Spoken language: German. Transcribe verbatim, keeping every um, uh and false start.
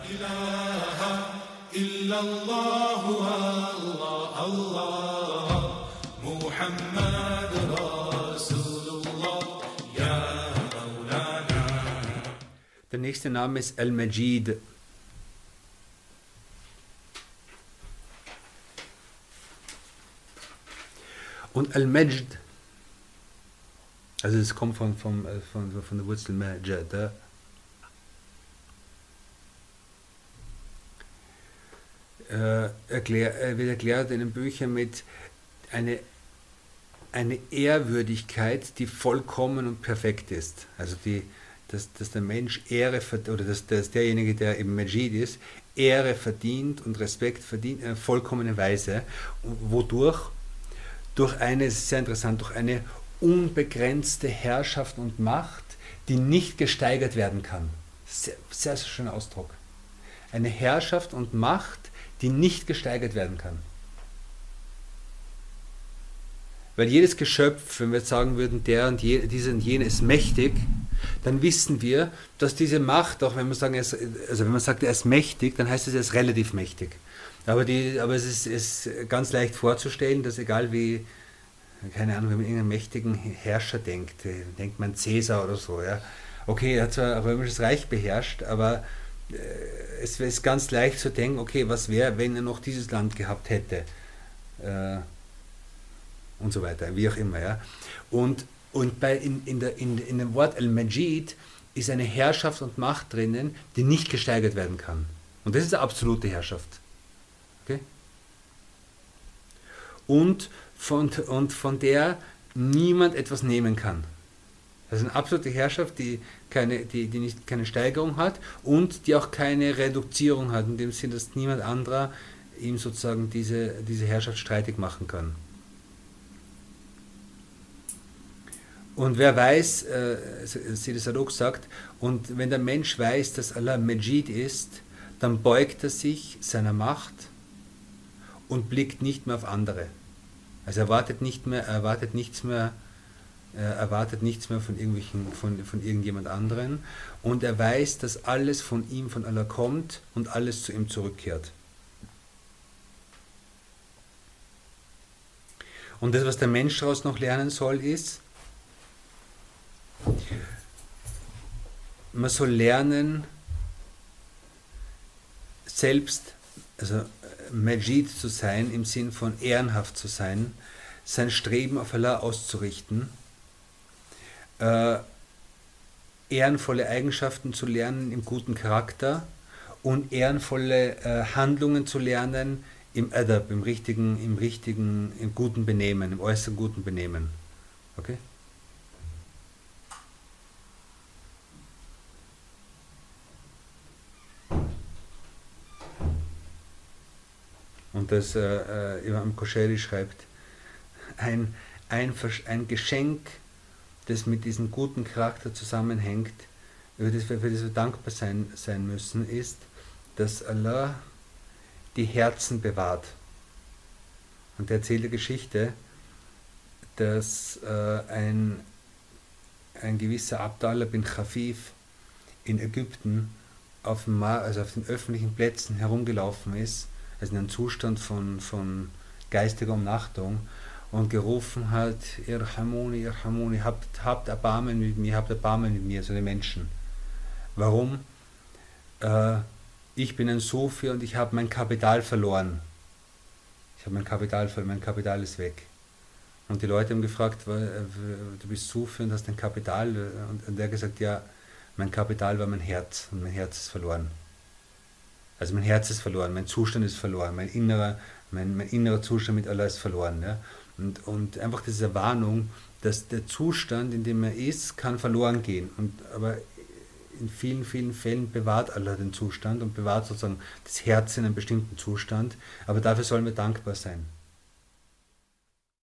ilaha illallah, Allah, Allah, Muhammad Rasulullah, ya Maulana. Der nächste Name ist Al-Majid. Und Al-Majd, also es kommt von, von, von, von der Wurzel Majada. Äh, erklär, wird erklärt in den Büchern mit eine, eine Ehrwürdigkeit, die vollkommen und perfekt ist. Also die, dass, dass der Mensch Ehre verdient, oder dass, dass derjenige, der eben Majid ist, Ehre verdient und Respekt verdient in einer vollkommenen Weise, wodurch durch eine, es ist sehr interessant, durch eine unbegrenzte Herrschaft und Macht, die nicht gesteigert werden kann. Sehr, sehr, sehr schöner Ausdruck. Eine Herrschaft und Macht, die nicht gesteigert werden kann. Weil jedes Geschöpf, wenn wir jetzt sagen würden, der und je, diese und jene ist mächtig, dann wissen wir, dass diese Macht, auch wenn wir sagen, er ist, also wenn man sagt, er ist mächtig, dann heißt es, er ist relativ mächtig. Aber, die, aber es ist, ist ganz leicht vorzustellen, dass egal wie, keine Ahnung, wenn man irgendeinen mächtigen Herrscher denkt, denkt man Cäsar oder so, ja. Okay, er hat zwar ein römisches Reich beherrscht, aber äh, es ist ganz leicht zu denken, okay, was wäre, wenn er noch dieses Land gehabt hätte, äh, und so weiter, wie auch immer, ja. Und, und bei, in, in, der, in, in dem Wort Al-Majid ist eine Herrschaft und Macht drinnen, die nicht gesteigert werden kann. Und das ist eine absolute Herrschaft. Okay? Und, von, und von der niemand etwas nehmen kann. Das ist eine absolute Herrschaft, die, keine, die, die nicht, keine Steigerung hat und die auch keine Reduzierung hat, in dem Sinn, dass niemand anderer ihm sozusagen diese, diese Herrschaft streitig machen kann. Und wer weiß, äh, Sidi Sadok sagt, und wenn der Mensch weiß, dass Allah Majid ist, dann beugt er sich seiner Macht und blickt nicht mehr auf andere. Also er erwartet nicht mehr, er erwartet nichts mehr, er erwartet nichts mehr von irgendwelchen, von, von irgendjemand anderen, und er weiß, dass alles von ihm, von Allah kommt und alles zu ihm zurückkehrt. Und das, was der Mensch daraus noch lernen soll, ist, man soll lernen, selbst, also Majid zu sein, im Sinn von ehrenhaft zu sein, sein Streben auf Allah auszurichten, äh, ehrenvolle Eigenschaften zu lernen im guten Charakter und ehrenvolle äh, Handlungen zu lernen im Adab, im richtigen, im richtigen, im guten Benehmen, im äußeren guten Benehmen. Okay? Und das äh, Imam Kosheri schreibt, ein, ein, ein Geschenk, das mit diesem guten Charakter zusammenhängt, über das wir, für das wir dankbar sein, sein müssen, ist, dass Allah die Herzen bewahrt. Und er erzählt die Geschichte, dass äh, ein, ein gewisser Abdallah bin Khafif in Ägypten auf, dem Mar also auf den öffentlichen Plätzen herumgelaufen ist, also in einem Zustand von, von geistiger Umnachtung, und gerufen hat, Irhamuni, Irhamuni, habt, habt Erbarmen mit mir, habt Erbarmen mit mir, also die Menschen. Warum? Äh, ich bin ein Sufi und ich habe mein Kapital verloren. Ich habe mein Kapital verloren, mein Kapital ist weg. Und die Leute haben gefragt, du bist Sufi und hast ein Kapital? Und er hat gesagt, ja, mein Kapital war mein Herz und mein Herz ist verloren. Also mein Herz ist verloren, mein Zustand ist verloren, mein innerer, mein, mein innerer Zustand mit Allah ist verloren. Ja? Und, und einfach diese Warnung, dass der Zustand, in dem er ist, kann verloren gehen. Und, aber in vielen, vielen Fällen bewahrt Allah den Zustand und bewahrt sozusagen das Herz in einem bestimmten Zustand. Aber dafür sollen wir dankbar sein.